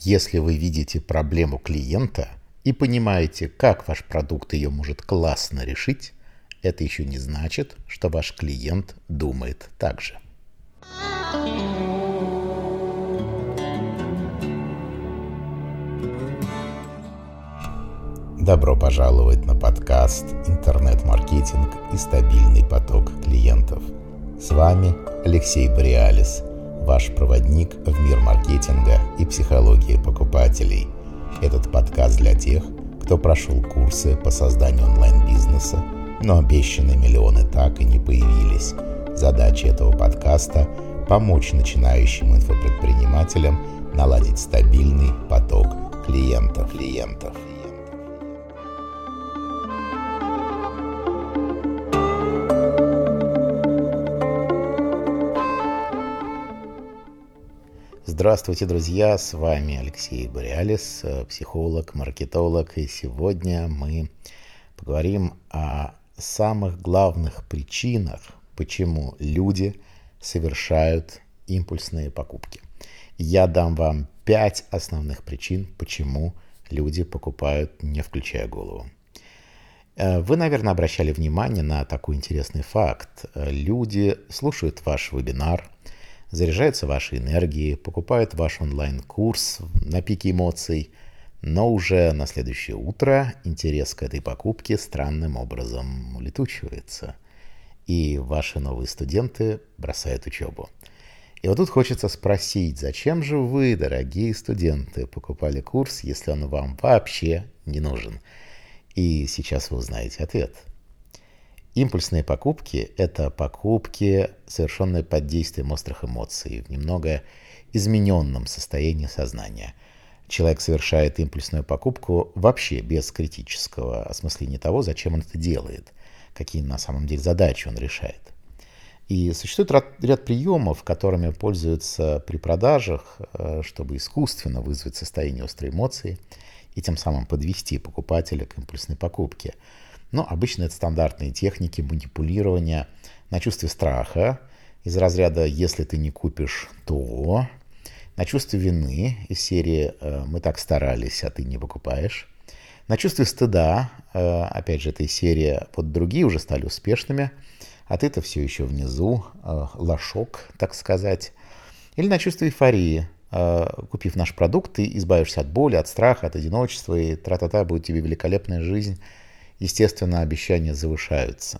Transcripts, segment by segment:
Если вы видите проблему клиента и понимаете, как ваш продукт ее может классно решить, это еще не значит, что ваш клиент думает так же. Добро пожаловать на подкаст «Интернет-маркетинг и стабильный поток клиентов». С вами Алексей Бориалис, ваш проводник в мир маркетинга и психологии покупателей. Этот подкаст для тех, кто прошел курсы по созданию онлайн-бизнеса, но обещанные миллионы так и не появились. Задача этого подкаста – помочь начинающим инфопредпринимателям наладить стабильный поток клиентов. Здравствуйте, друзья! С вами Алексей Бориалис, психолог, маркетолог, и сегодня мы поговорим о самых главных причинах, почему люди совершают импульсные покупки. Я дам вам 5 основных причин, почему люди покупают, не включая голову. Вы, наверное, обращали внимание на такой интересный факт. Люди слушают ваш вебинар, заряжаются вашей энергией, покупают ваш онлайн-курс на пике эмоций, но уже на следующее утро интерес к этой покупке странным образом улетучивается, и ваши новые студенты бросают учебу. И вот тут хочется спросить, зачем же вы, дорогие студенты, покупали курс, если он вам вообще не нужен? И сейчас вы узнаете ответ. Импульсные покупки – это покупки, совершенные под действием острых эмоций, в немного измененном состоянии сознания. Человек совершает импульсную покупку вообще без критического осмысления того, зачем он это делает, какие на самом деле задачи он решает. И существует ряд приемов, которыми пользуются при продажах, чтобы искусственно вызвать состояние острой эмоции и тем самым подвести покупателя к импульсной покупке. Но обычно это стандартные техники манипулирования на чувстве страха, из разряда «если ты не купишь, то…», на чувстве вины из серии «мы так старались, а ты не покупаешь», на чувстве стыда, опять же, этой серии «вот другие уже стали успешными, а ты-то все еще внизу, лошок, так сказать», или на чувстве эйфории. Купив наш продукт, ты избавишься от боли, от страха, от одиночества, и тра-та-та, будет тебе великолепная жизнь. Естественно, обещания завышаются.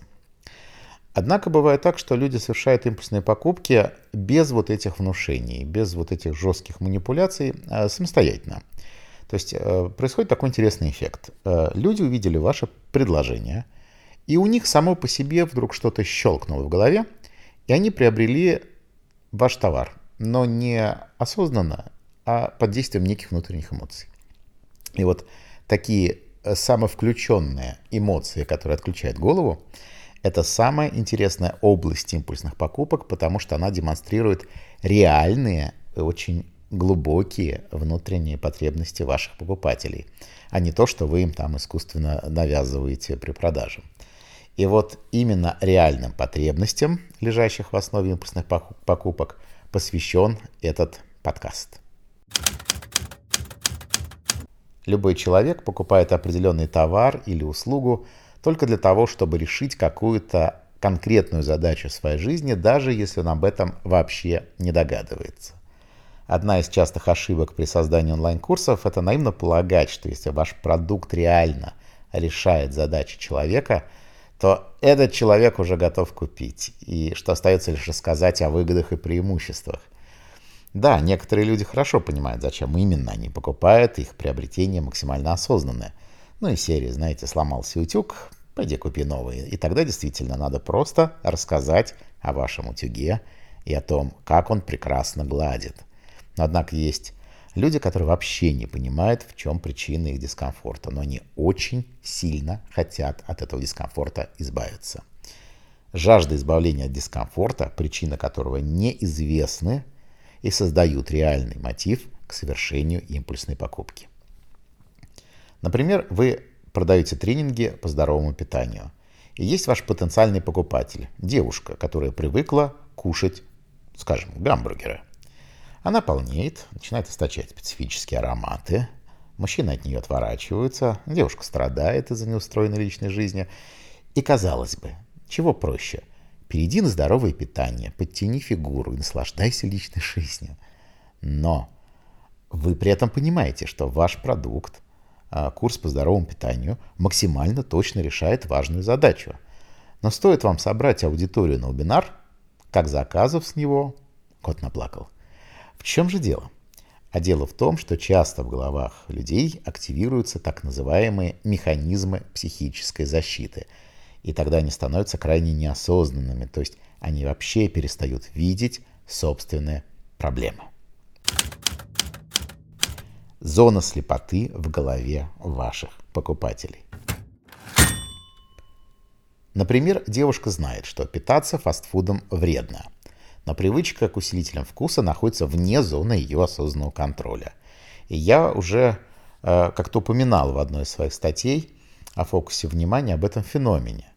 Однако бывает так, что люди совершают импульсные покупки без вот этих внушений, без вот этих жестких манипуляций самостоятельно. То есть происходит такой интересный эффект. Люди увидели ваше предложение, и у них само по себе вдруг что-то щелкнуло в голове, и они приобрели ваш товар, но не осознанно, а под действием неких внутренних эмоций. И вот такие самовключенные эмоции, которые отключают голову, это самая интересная область импульсных покупок, потому что она демонстрирует реальные, очень глубокие внутренние потребности ваших покупателей, а не то, что вы им там искусственно навязываете при продаже. И вот именно реальным потребностям, лежащих в основе импульсных покупок, посвящен этот подкаст. Любой человек покупает определенный товар или услугу только для того, чтобы решить какую-то конкретную задачу в своей жизни, даже если он об этом вообще не догадывается. Одна из частых ошибок при создании онлайн-курсов – это наивно полагать, что если ваш продукт реально решает задачи человека, то этот человек уже готов купить, и что остается лишь рассказать о выгодах и преимуществах. Да, некоторые люди хорошо понимают, зачем именно они покупают, их приобретение максимально осознанное. Ну и серия, знаете, сломался утюг, пойди купи новый. И тогда действительно надо просто рассказать о вашем утюге и о том, как он прекрасно гладит. Но однако есть люди, которые вообще не понимают, в чем причина их дискомфорта, но они очень сильно хотят от этого дискомфорта избавиться. Жажда избавления от дискомфорта, причина которого неизвестны, и создают реальный мотив к совершению импульсной покупки. Например, вы продаете тренинги по здоровому питанию, и есть ваш потенциальный покупатель, девушка, которая привыкла кушать, скажем, гамбургеры. Она полнеет, начинает источать специфические ароматы. Мужчины от нее отворачиваются, девушка страдает из-за неустроенной личной жизни. И, казалось бы, чего проще? Перейди на здоровое питание, подтяни фигуру и наслаждайся личной жизнью. Но вы при этом понимаете, что ваш продукт, курс по здоровому питанию, максимально точно решает важную задачу. Но стоит вам собрать аудиторию на вебинар, как заказов с него кот наплакал. В чем же дело? А дело в том, что часто в головах людей активируются так называемые механизмы психической защиты. И тогда они становятся крайне неосознанными, то есть они вообще перестают видеть собственные проблемы. Зона слепоты в голове ваших покупателей. Например, девушка знает, что питаться фастфудом вредно, но привычка к усилителям вкуса находится вне зоны ее осознанного контроля. И я уже как-то упоминал в одной из своих статей о фокусе внимания об этом феномене.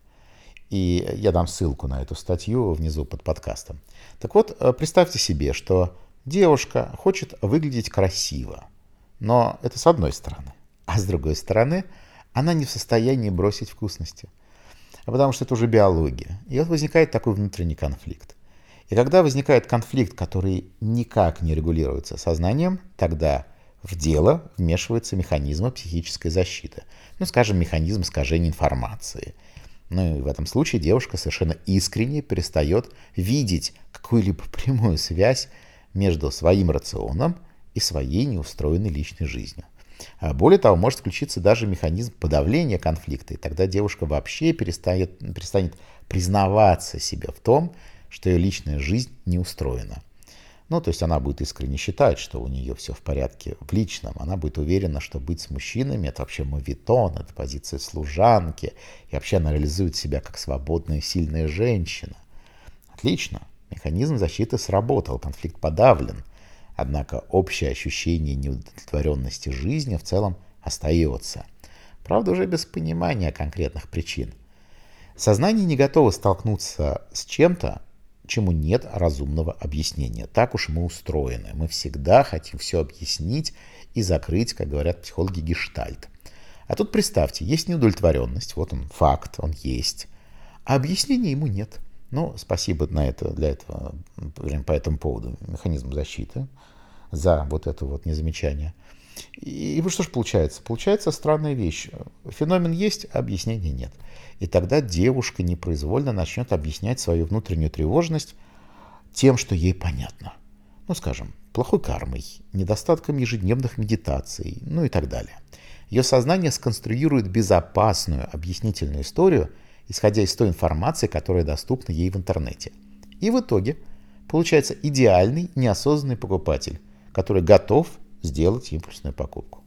И я дам ссылку на эту статью внизу под подкастом. Так вот, представьте себе, что девушка хочет выглядеть красиво, но это с одной стороны. А с другой стороны, она не в состоянии бросить вкусности, потому что это уже биология. И вот возникает такой внутренний конфликт. И когда возникает конфликт, который никак не регулируется сознанием, тогда в дело вмешиваются механизмы психической защиты. Ну, скажем, механизм искажения информации. Ну и в этом случае девушка совершенно искренне перестает видеть какую-либо прямую связь между своим рационом и своей неустроенной личной жизнью. А более того, может включиться даже механизм подавления конфликта, и тогда девушка вообще перестанет признаваться себе в том, что ее личная жизнь не устроена. Ну, то есть она будет искренне считать, что у нее все в порядке в личном. Она будет уверена, что быть с мужчинами — это вообще моветон, это позиция служанки. И вообще она реализует себя как свободная и сильная женщина. Отлично. Механизм защиты сработал, конфликт подавлен. Однако общее ощущение неудовлетворенности жизни в целом остается. Правда, уже без понимания конкретных причин. Сознание не готово столкнуться с чем-то, чему нет разумного объяснения. Так уж мы устроены. Мы всегда хотим все объяснить и закрыть, как говорят психологи, гештальт. А тут представьте, есть неудовлетворенность, вот он факт, он есть, а объяснения ему нет. Ну, спасибо для этого, по этому поводу, механизм защиты, за вот это вот незамечание. И что же получается? Получается странная вещь. Феномен есть, а объяснения нет. И тогда девушка непроизвольно начнет объяснять свою внутреннюю тревожность тем, что ей понятно. Ну, скажем, плохой кармой, недостатком ежедневных медитаций, ну и так далее. Ее сознание сконструирует безопасную объяснительную историю, исходя из той информации, которая доступна ей в интернете. И в итоге получается идеальный неосознанный покупатель, который готов сделать импульсную покупку.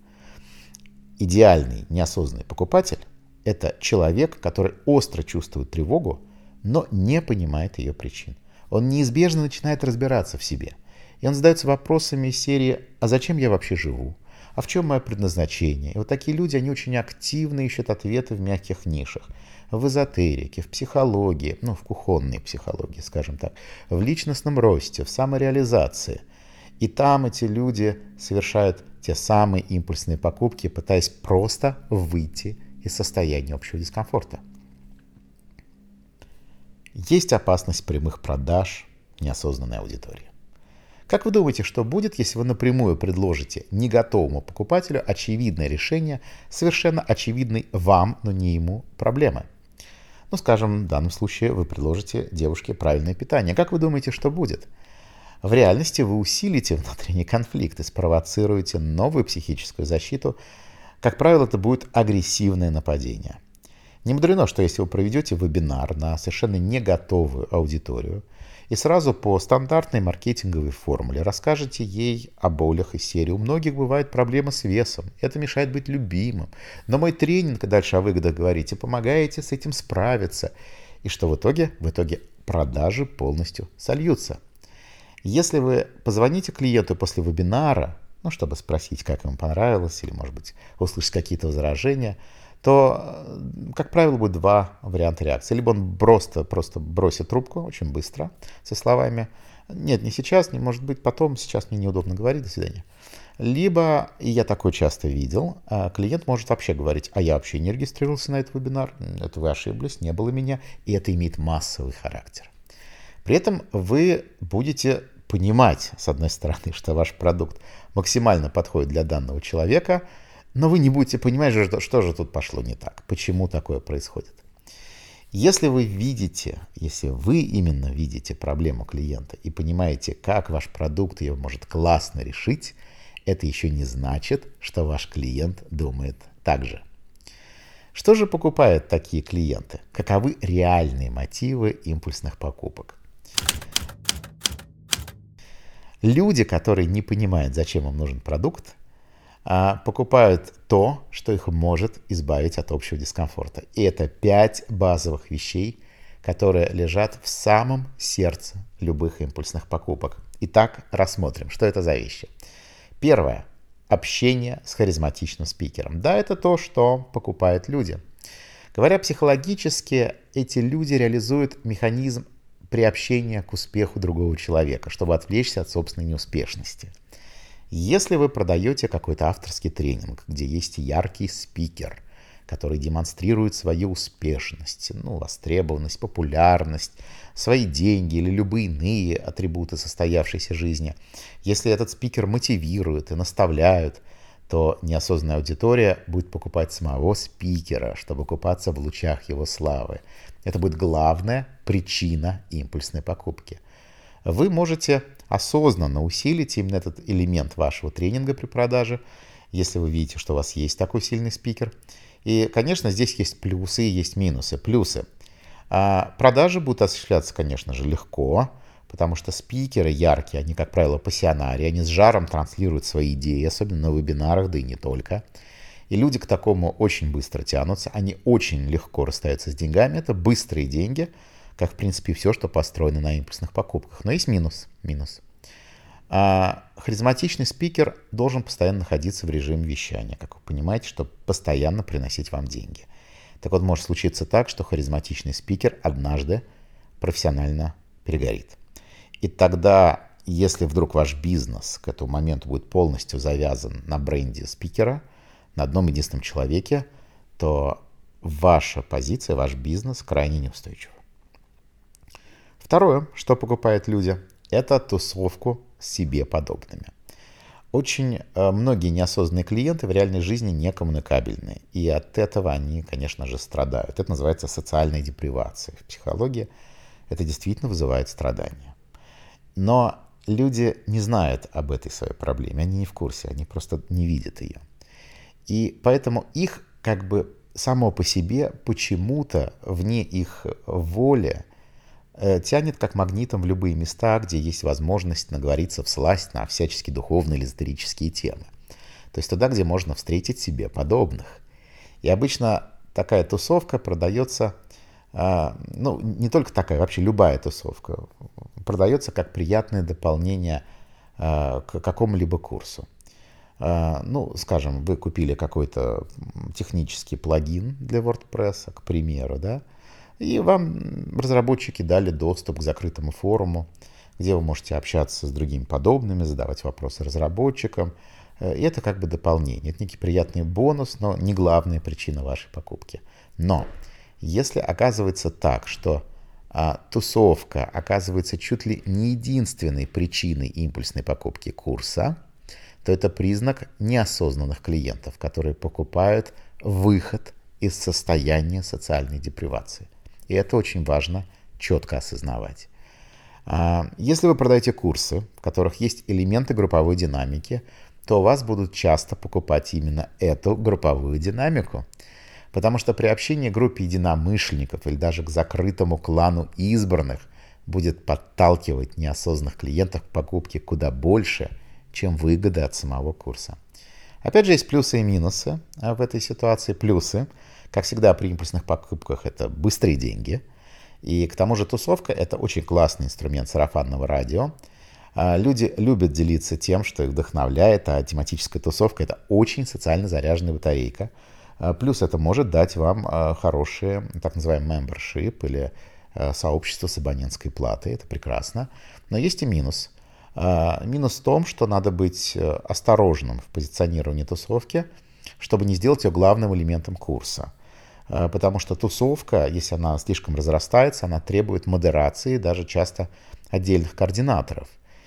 Идеальный неосознанный покупатель – это человек, который остро чувствует тревогу, но не понимает ее причин. Он неизбежно начинает разбираться в себе. И он задается вопросами из серии «А зачем я вообще живу? А в чем мое предназначение?» И вот такие люди, они очень активно ищут ответы в мягких нишах. В эзотерике, в психологии, ну, в кухонной психологии, скажем так, в личностном росте, в самореализации. И там эти люди совершают те самые импульсные покупки, пытаясь просто выйти из состояния общего дискомфорта. Есть опасность прямых продаж неосознанной аудитории. Как вы думаете, что будет, если вы напрямую предложите не готовому покупателю очевидное решение совершенно очевидной вам, но не ему проблемы? Ну, скажем, в данном случае вы предложите девушке правильное питание. Как вы думаете, что будет? В реальности вы усилите внутренний конфликт и спровоцируете новую психическую защиту. Как правило, это будет агрессивное нападение. Не мудрено, что если вы проведете вебинар на совершенно не готовую аудиторию и сразу по стандартной маркетинговой формуле расскажете ей о болях из серии «У многих бывают проблемы с весом, это мешает быть любимым, но мой тренинг», и дальше о выгодах говорите, «помогаете с этим справиться», и что в итоге продажи полностью сольются. Если вы позвоните клиенту после вебинара, ну, чтобы спросить, как ему понравилось, или, может быть, услышать какие-то возражения, то, как правило, будет два варианта реакции. Либо он просто бросит трубку очень быстро со словами Нет, не сейчас, не может быть потом, сейчас мне неудобно говорить, до свидания. Либо, и я такое часто видел, клиент может вообще говорить, а я вообще не регистрировался на этот вебинар, это вы ошиблись, не было меня, и это имеет массовый характер. При этом вы будете понимать, с одной стороны, что ваш продукт максимально подходит для данного человека, но вы не будете понимать, что же тут пошло не так, почему такое происходит. Если вы именно видите проблему клиента и понимаете, как ваш продукт ее может классно решить, это еще не значит, что ваш клиент думает так же. Что же покупают такие клиенты? Каковы реальные мотивы импульсных покупок? Люди, которые не понимают, зачем им нужен продукт, покупают то, что их может избавить от общего дискомфорта. И это 5 базовых вещей, которые лежат в самом сердце любых импульсных покупок. Итак, рассмотрим, что это за вещи. Первое. Общение с харизматичным спикером. Да, это то, что покупают люди. Говоря психологически, эти люди реализуют механизм приобщения к успеху другого человека, чтобы отвлечься от собственной неуспешности. Если вы продаете какой-то авторский тренинг, где есть яркий спикер, который демонстрирует свою успешность, востребованность, популярность, свои деньги или любые иные атрибуты состоявшейся жизни, если этот спикер мотивирует и наставляет, то неосознанная аудитория будет покупать самого спикера, чтобы купаться в лучах его славы. Это будет главная причина импульсной покупки. Вы можете осознанно усилить именно этот элемент вашего тренинга при продаже, если вы видите, что у вас есть такой сильный спикер. И, конечно, здесь есть плюсы и есть минусы. Плюсы. Продажи будут осуществляться, конечно же, легко, потому что спикеры яркие, они, как правило, пассионарии, они с жаром транслируют свои идеи, особенно на вебинарах, да и не только. И люди к такому очень быстро тянутся, они очень легко расстаются с деньгами, это быстрые деньги, как, в принципе, все, что построено на импульсных покупках. Но есть минус. Харизматичный спикер должен постоянно находиться в режиме вещания, как вы понимаете, чтобы постоянно приносить вам деньги. Так вот, может случиться так, что харизматичный спикер однажды профессионально перегорит. И тогда, если вдруг ваш бизнес к этому моменту будет полностью завязан на бренде спикера, на одном единственном человеке, то ваша позиция, ваш бизнес крайне неустойчив. Второе, что покупают люди, это тусовку с себе подобными. Очень многие неосознанные клиенты в реальной жизни не коммуникабельны, и от этого они, конечно же, страдают. Это называется социальной депривацией. В психологии это действительно вызывает страдания. Но люди не знают об этой своей проблеме, они не в курсе, они просто не видят ее. И поэтому их само по себе почему-то вне их воли тянет как магнитом в любые места, где есть возможность наговориться всласть на всяческие духовные или эзотерические темы. То есть туда, где можно встретить себе подобных. И обычно такая тусовка продается, не только такая, вообще любая тусовка, продается как приятное дополнение к какому-либо курсу. Скажем, вы купили какой-то технический плагин для WordPress, к примеру, да, и вам разработчики дали доступ к закрытому форуму, где вы можете общаться с другими подобными, задавать вопросы разработчикам. И это дополнение. Это некий приятный бонус, но не главная причина вашей покупки. Но если оказывается так, что тусовка оказывается чуть ли не единственной причиной импульсной покупки курса, то это признак неосознанных клиентов, которые покупают выход из состояния социальной депривации. И это очень важно четко осознавать. Если вы продаете курсы, в которых есть элементы групповой динамики, то у вас будут часто покупать именно эту групповую динамику. Потому что при общении к группе единомышленников или даже к закрытому клану избранных будет подталкивать неосознанных клиентов к покупке куда больше, чем выгоды от самого курса. Опять же, есть плюсы и минусы в этой ситуации. Плюсы, как всегда при импульсных покупках, это быстрые деньги. И к тому же тусовка – это очень классный инструмент сарафанного радио. Люди любят делиться тем, что их вдохновляет, а тематическая тусовка – это очень социально заряженная батарейка. Плюс это может дать вам хорошие, так называемый membership или сообщество с абонентской платой. Это прекрасно. Но есть и минус. Минус в том, что надо быть осторожным в позиционировании тусовки, чтобы не сделать ее главным элементом курса. Потому что тусовка, если она слишком разрастается, она требует модерации, даже часто отдельных координаторов.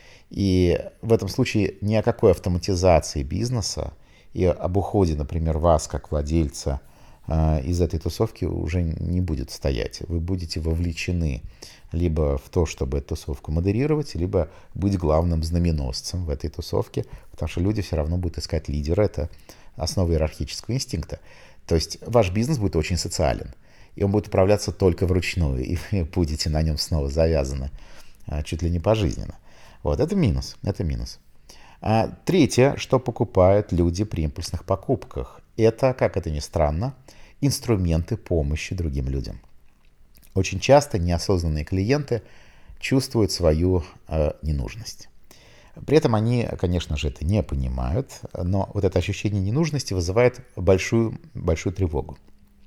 И в этом случае ни о какой автоматизации бизнеса и об уходе, например, вас как владельца из этой тусовки уже не будет стоять. Вы будете вовлечены либо в то, чтобы эту тусовку модерировать, либо быть главным знаменосцем в этой тусовке, потому что люди все равно будут искать лидера. Это основа иерархического инстинкта. То есть ваш бизнес будет очень социален, и он будет управляться только вручную, и вы будете на нем снова завязаны чуть ли не пожизненно. Вот, это минус, это минус. Третье, что покупают люди при импульсных покупках, это, как это ни странно, инструменты помощи другим людям. Очень часто неосознанные клиенты чувствуют свою ненужность. При этом они, конечно же, это не понимают, но вот это ощущение ненужности вызывает большую тревогу.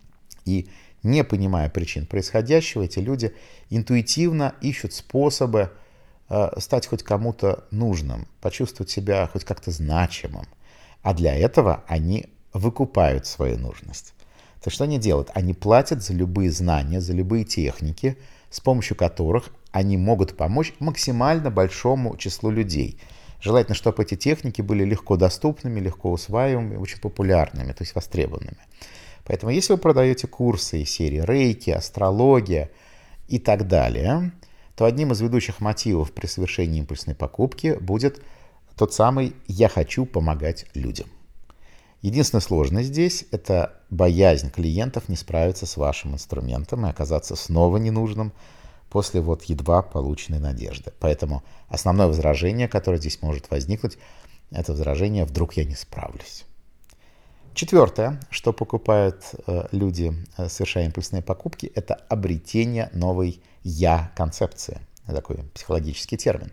И не понимая причин происходящего, эти люди интуитивно ищут способы стать хоть кому-то нужным, почувствовать себя хоть как-то значимым. А для этого они выкупают свою нужность. То есть что они делают? Они платят за любые знания, за любые техники, с помощью которых они могут помочь максимально большому числу людей. Желательно, чтобы эти техники были легко доступными, легко усваиваемыми, очень популярными, то есть востребованными. Поэтому если вы продаете курсы из серии рейки, астрология и так далее, то одним из ведущих мотивов при совершении импульсной покупки будет тот самый «я хочу помогать людям». Единственная сложность здесь – это боязнь клиентов не справиться с вашим инструментом и оказаться снова ненужным после вот едва полученной надежды. Поэтому основное возражение, которое здесь может возникнуть, это возражение «вдруг я не справлюсь». Четвертое, что покупают люди, совершая импульсные покупки, это обретение новой «я»-концепции. Такой психологический термин.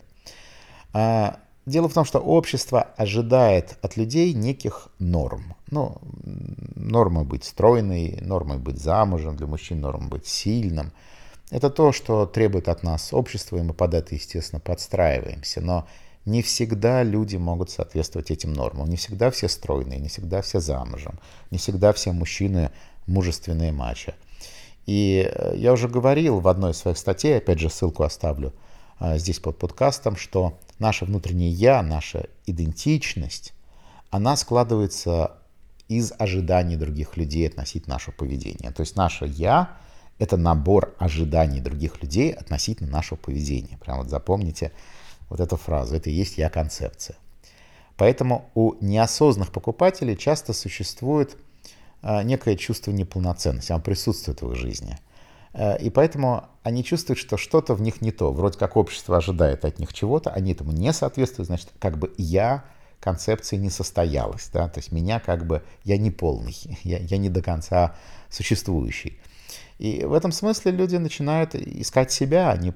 Дело в том, что общество ожидает от людей неких норм. Ну, нормой быть стройной, нормой быть замужем, для мужчин нормой быть сильным. Это то, что требует от нас общество, и мы под это, естественно, подстраиваемся. Но не всегда люди могут соответствовать этим нормам. Не всегда все стройные, не всегда все замужем, не всегда все мужчины мужественные мачо. И я уже говорил в одной из своих статей, опять же ссылку оставлю здесь под подкастом, что наше внутреннее «я», наша идентичность, она складывается из ожиданий других людей относительно нашего поведения. То есть наше «я» — это набор ожиданий других людей относительно нашего поведения. Прям вот запомните вот эту фразу. Это и есть «я»-концепция. Поэтому у неосознанных покупателей часто существует некое чувство неполноценности, оно присутствует в их жизни. И поэтому они чувствуют, что что-то в них не то. Вроде как общество ожидает от них чего-то, они этому не соответствуют, значит, как бы «я» концепции не состоялась. Да? То есть меня как бы, я не полный, я не до конца существующий. И в этом смысле люди начинают искать себя, они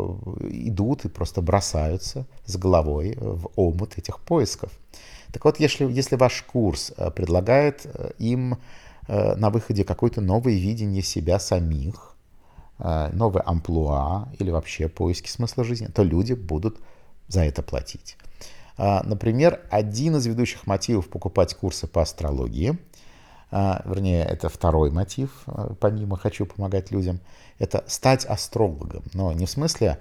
идут и просто бросаются с головой в омут этих поисков. Так вот, если ваш курс предлагает им на выходе какое-то новое видение себя самих, новое амплуа или вообще поиски смысла жизни, то люди будут за это платить. Например, один из ведущих мотивов покупать курсы по астрологии, вернее, это второй мотив, помимо «хочу помогать людям», это стать астрологом. Но не в смысле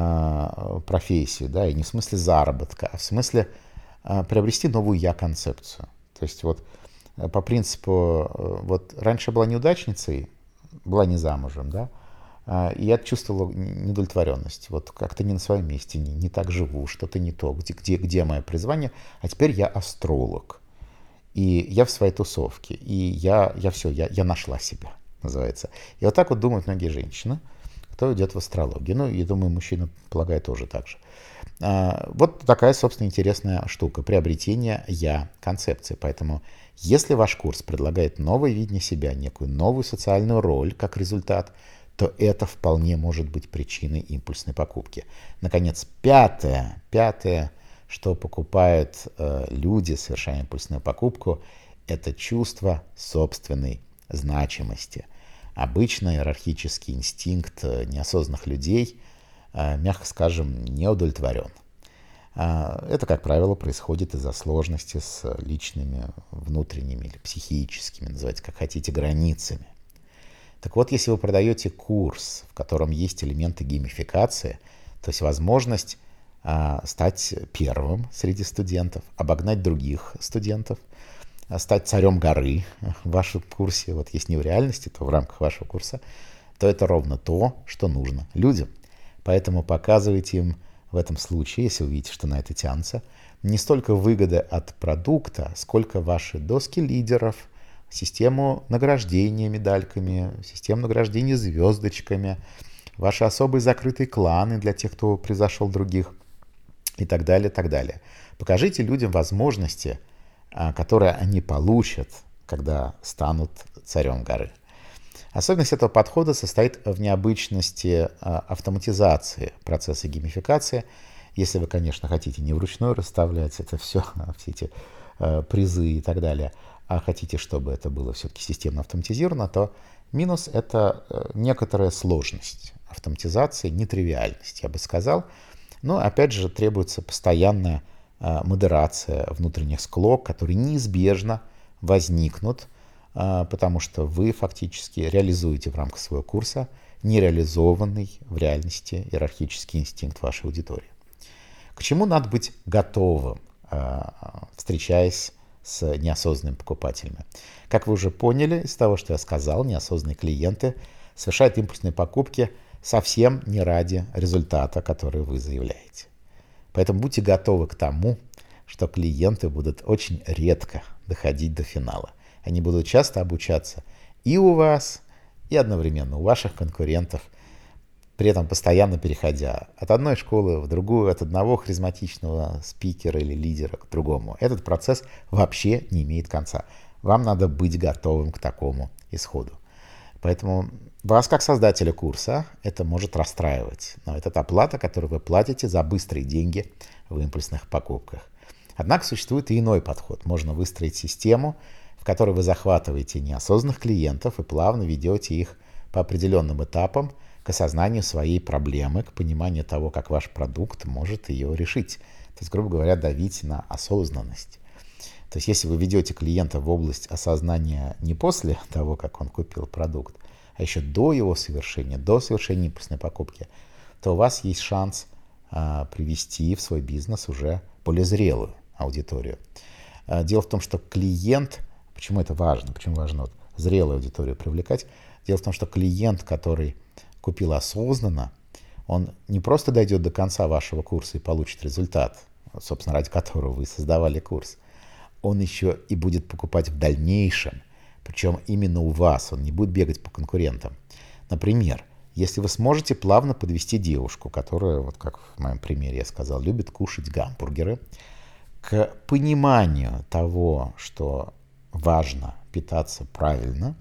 профессии, да, и не в смысле заработка, а в смысле приобрести новую «я»-концепцию. То есть вот по принципу, вот раньше была неудачницей, была не замужем, да, и я чувствовал неудовлетворенность. Вот как-то не на своем месте, не так живу, что-то не то, где мое призвание. А теперь я астролог. И я в своей тусовке. И я нашла себя, называется. И вот так вот думают многие женщины, кто идет в астрологию. Ну, и думаю, мужчины, полагаю, тоже так же. Вот такая, собственно, интересная штука. Приобретение «я»-концепции. Поэтому, если ваш курс предлагает новое видение себя, некую новую социальную роль как результат, то это вполне может быть причиной импульсной покупки. Наконец, пятое, что покупают люди, совершая импульсную покупку, это чувство собственной значимости. обычный иерархический инстинкт неосознанных людей, мягко скажем, не удовлетворен. Это, как правило, происходит из-за сложности с личными, внутренними или психическими, называйте как хотите, границами. Так вот, если вы продаете курс, в котором есть элементы геймификации, то есть возможность стать первым среди студентов, обогнать других студентов, стать царем горы в вашем курсе, вот если не в реальности, то в рамках вашего курса, то это ровно то, что нужно людям. Поэтому показывайте им в этом случае, если вы видите, что на это тянется, не столько выгоды от продукта, сколько ваши доски лидеров, систему награждения медальками, систему награждения звездочками, ваши особые закрытые кланы для тех, кто превзошел других и так далее, и так далее. Покажите людям возможности, которые они получат, когда станут царем горы. Особенность этого подхода состоит в необычности автоматизации процесса геймификации. Если вы, конечно, хотите не вручную расставлять это все эти призы и так далее, а хотите, чтобы это было все-таки системно автоматизировано, то минус — это некоторая сложность автоматизации, нетривиальность, я бы сказал. Но, опять же, требуется постоянная модерация внутренних склок, которые неизбежно возникнут, потому что вы фактически реализуете в рамках своего курса нереализованный в реальности иерархический инстинкт вашей аудитории. К чему надо быть готовым, встречаясь с неосознанными покупателями? Как вы уже поняли из того, что я сказал, неосознанные клиенты совершают импульсные покупки совсем не ради результата, который вы заявляете. Поэтому будьте готовы к тому, что клиенты будут очень редко доходить до финала. Они будут часто обучаться и у вас, и одновременно у ваших конкурентов, при этом постоянно переходя от одной школы в другую, от одного харизматичного спикера или лидера к другому. Этот процесс вообще не имеет конца. Вам надо быть готовым к такому исходу. Поэтому вас, как создателя курса, это может расстраивать. Но это оплата, которую вы платите за быстрые деньги в импульсных покупках. Однако существует и иной подход. Можно выстроить систему, в которой вы захватываете неосознанных клиентов и плавно ведете их по определенным этапам к осознанию своей проблемы, к пониманию того, как ваш продукт может ее решить. То есть, грубо говоря, давить на осознанность. То есть, если вы ведете клиента в область осознания не после того, как он купил продукт, а еще до его совершения, до совершения импульсной покупки, то у вас есть шанс привести в свой бизнес уже более зрелую аудиторию. Дело в том, что клиент, почему это важно, почему важно зрелую аудиторию привлекать, дело в том, что клиент, который купил осознанно, он не просто дойдет до конца вашего курса и получит результат, собственно, ради которого вы создавали курс, он еще и будет покупать в дальнейшем, причем именно у вас, он не будет бегать по конкурентам. Например, если вы сможете плавно подвести девушку, которая, вот как в моем примере я сказал, любит кушать гамбургеры, к пониманию того, что важно питаться правильно,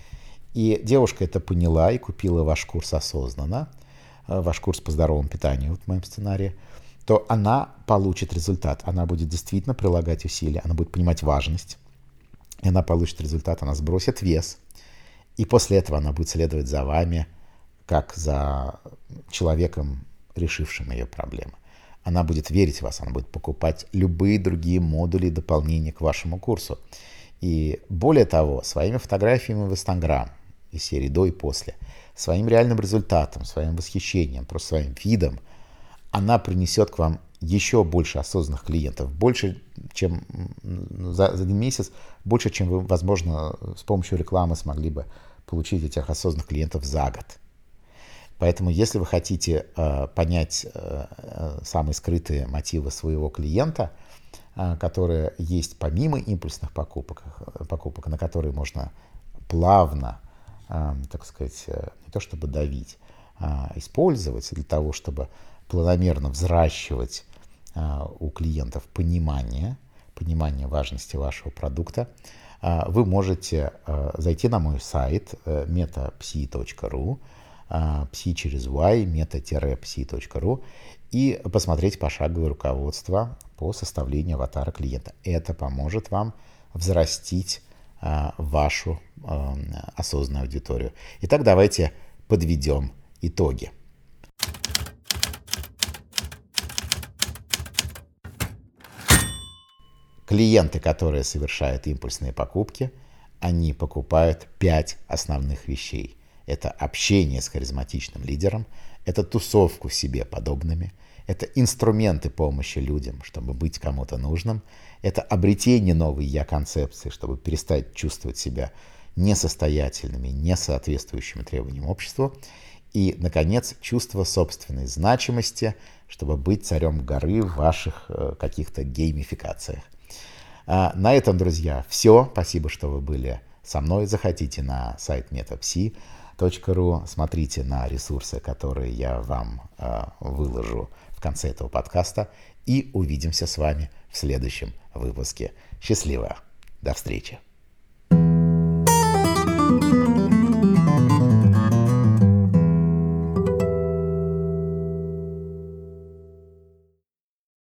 и девушка это поняла и купила ваш курс осознанно, ваш курс по здоровому питанию, вот в моем сценарии, то она получит результат. Она будет действительно прилагать усилия, она будет понимать важность, и она получит результат, она сбросит вес, и после этого она будет следовать за вами, как за человеком, решившим ее проблемы. Она будет верить в вас, она будет покупать любые другие модули и дополнения к вашему курсу. И более того, своими фотографиями в Инстаграм из серии до и после, своим реальным результатом, своим восхищением, просто своим видом, она принесет к вам еще больше осознанных клиентов, больше, чем за один месяц, больше, чем вы, возможно, с помощью рекламы смогли бы получить этих осознанных клиентов за год. Поэтому, если вы хотите понять самые скрытые мотивы своего клиента, которые есть помимо импульсных покупок, на которые можно плавно, так сказать, не то чтобы давить, использовать для того, чтобы планомерно взращивать у клиентов понимание важности вашего продукта, вы можете зайти на мой сайт metapsi.ru, psi через y, meta-psi.ru, и посмотреть пошаговое руководство по составлению аватара клиента. Это поможет вам взрастить вашу осознанную аудиторию. Итак, давайте подведем итоги. Клиенты, которые совершают импульсные покупки, они покупают 5 основных вещей. Это общение с харизматичным лидером, это тусовку с себе подобными, это инструменты помощи людям, чтобы быть кому-то нужным, это обретение новой я-концепции, чтобы перестать чувствовать себя несостоятельными, не соответствующими требованиям общества, и, наконец, чувство собственной значимости, чтобы быть царем горы в ваших каких-то геймификациях. На этом, друзья, все. Спасибо, что вы были со мной. Заходите на сайт metapsi.ru, смотрите на ресурсы, которые я вам выложу в конце этого подкаста, и увидимся с вами в следующем выпуске. Счастливо! До встречи!